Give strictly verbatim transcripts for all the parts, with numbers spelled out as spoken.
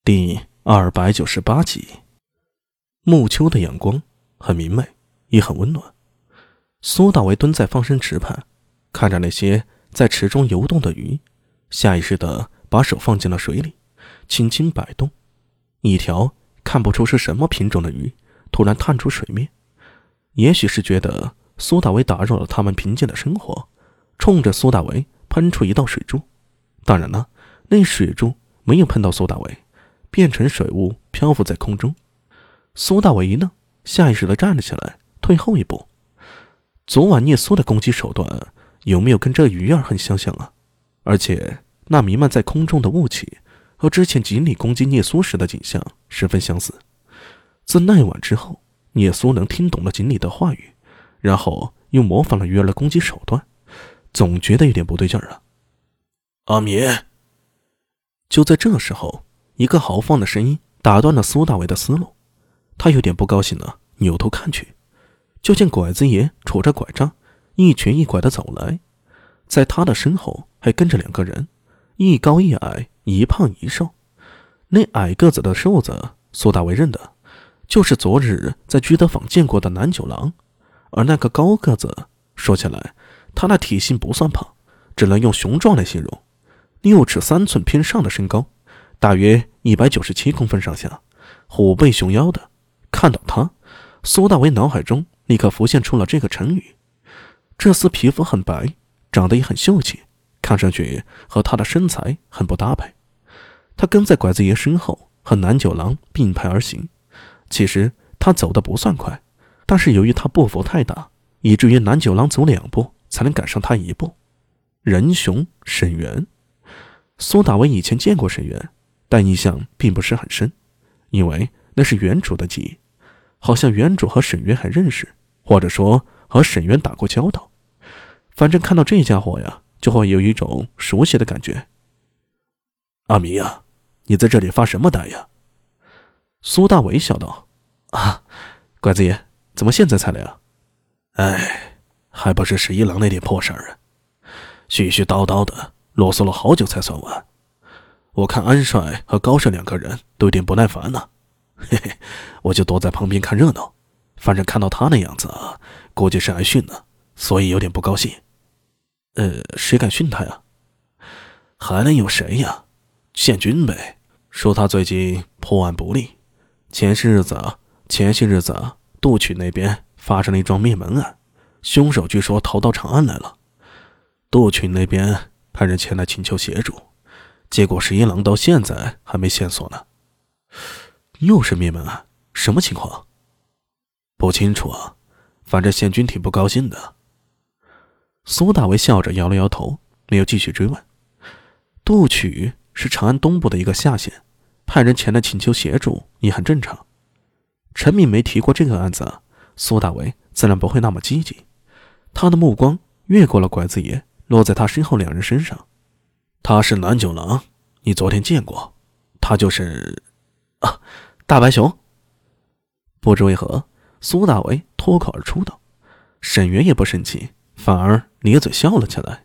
第二百九十八集。暮秋的阳光很明媚，也很温暖。苏大为蹲在放生池畔，看着那些在池中游动的鱼，下意识地把手放进了水里，轻轻摆动。一条看不出是什么品种的鱼突然探出水面，也许是觉得苏大为打扰了他们平静的生活，冲着苏大为喷出一道水柱。当然了，那水柱没有碰到苏大为，变成水雾漂浮在空中。苏大为一愣，下意识地站了起来，退后一步。昨晚聂苏的攻击手段有没有跟这鱼儿很相像啊？而且那弥漫在空中的雾气和之前锦鲤攻击聂苏时的景象十分相似。自那晚之后，聂苏能听懂了锦鲤的话语，然后又模仿了鱼儿的攻击手段，总觉得有点不对劲儿啊。阿米！就在这时候，一个豪放的声音打断了苏大为的思路。他有点不高兴了，扭头看去，就见拐子爷杵着拐杖，一瘸一拐地走来，在他的身后还跟着两个人，一高一矮，一胖一瘦。那矮个子的瘦子，苏大为认得，就是昨日在居德坊见过的南九郎。而那个高个子，说起来，他那体型不算胖，只能用雄壮来形容，六尺三寸偏上的身高，大约一百九十七公分上下，虎背熊腰的。看到他，苏大为脑海中立刻浮现出了这个成语。这厮皮肤很白，长得也很秀气，看上去和他的身材很不搭配。他跟在拐子爷身后，和南九郎并排而行。其实他走得不算快，但是由于他步幅太大，以至于南九郎走两步才能赶上他一步。仁雄沈园，苏大为以前见过沈园，但印象并不是很深，因为那是原主的记忆，好像原主和沈园还认识，或者说和沈园打过交道。反正看到这家伙呀，就会有一种熟悉的感觉。阿弥呀，你在这里发什么呆呀？苏大为笑道。啊，拐子爷，怎么现在才来啊？哎，还不是十一郎那点破事儿啊，絮絮叨叨的啰嗦了好久才算完。我看安帅和高帅两个人都有点不耐烦呢，嘿嘿，我就躲在旁边看热闹。反正看到他那样子啊，估计是挨训呢，所以有点不高兴。呃，谁敢训他呀？还能有谁呀？宪军呗，说他最近破案不利。前些日子啊，前些日子啊，杜曲那边发生了一桩灭门案，凶手据说逃到长安来了。杜曲那边派人前来请求协助，结果十一郎到现在还没线索呢。又是灭门案，什么情况？不清楚啊，反正宪军挺不高兴的。苏大为笑着摇了摇头，没有继续追问。杜曲是长安东部的一个下县，派人前来请求协助也很正常。陈敏没提过这个案子，苏大为自然不会那么积极。他的目光越过了拐子爷，落在他身后两人身上。他是南九郎，你昨天见过，他就是啊，大白熊。不知为何，苏大为脱口而出道。沈园也不生气，反而咧嘴笑了起来。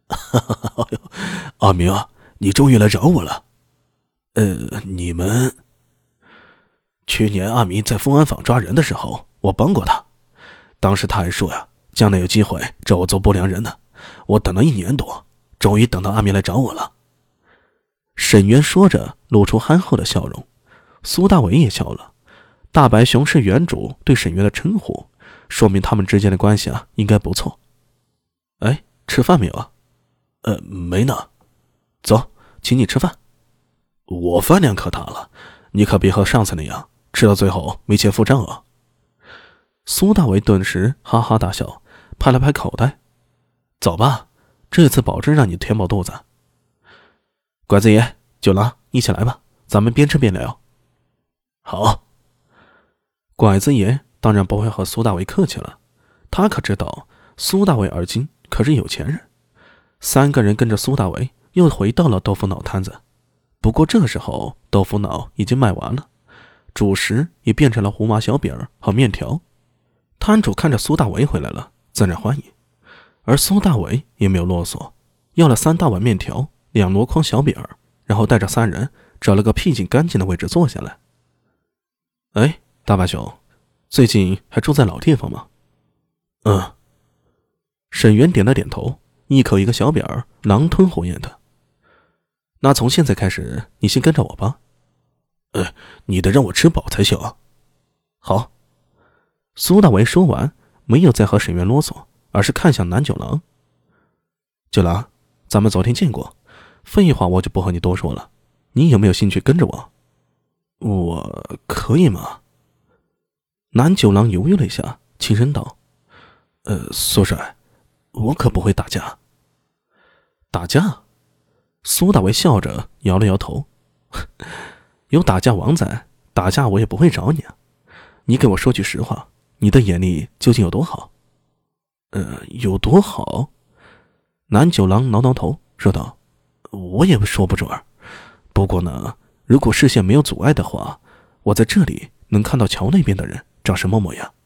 阿明啊，你终于来找我了。呃，你们去年阿明在丰安坊抓人的时候，我帮过他。当时他还说呀，将来有机会找我做不良人呢。我等了一年多，终于等到阿明来找我了。沈园说着，露出憨厚的笑容。苏大为也笑了。大白熊是原主对沈园的称呼，说明他们之间的关系啊，应该不错。哎，吃饭没有啊？呃，没呢。走，请你吃饭。我饭量可大了，你可别和上次那样，吃到最后没钱付账啊。苏大为顿时哈哈大笑，拍了拍口袋。走吧，这次保证让你填饱肚子。拐子爷、九郎，一起来吧，咱们边吃边聊。好。拐子爷当然不会和苏大为客气了，他可知道苏大为而今可是有钱人。三个人跟着苏大为又回到了豆腐脑摊子，不过这时候豆腐脑已经卖完了，主食也变成了胡麻小饼和面条。摊主看着苏大为回来了，自然欢迎，而苏大为也没有啰嗦，要了三大碗面条，两箩筐小饼，然后带着三人找了个僻静干净的位置坐下来。哎，大白熊，最近还住在老地方吗？嗯。沈源点了点头，一口一个小饼儿，狼吞虎咽的。那从现在开始，你先跟着我吧。呃，你得让我吃饱才行。好。苏大为说完，没有再和沈源啰嗦，而是看向南九郎。九郎，咱们昨天见过，废话我就不和你多说了，你有没有兴趣跟着我？我可以吗？南九郎犹豫了一下，轻声道：呃，苏帅，我可不会打架。打架？苏大为笑着摇了摇头。有打架王在，打架我也不会找你啊。你给我说句实话，你的眼力究竟有多好？呃，有多好？南九郎挠挠头说道：我也说不准，不过呢，如果视线没有阻碍的话，我在这里能看到桥那边的人长什么模样。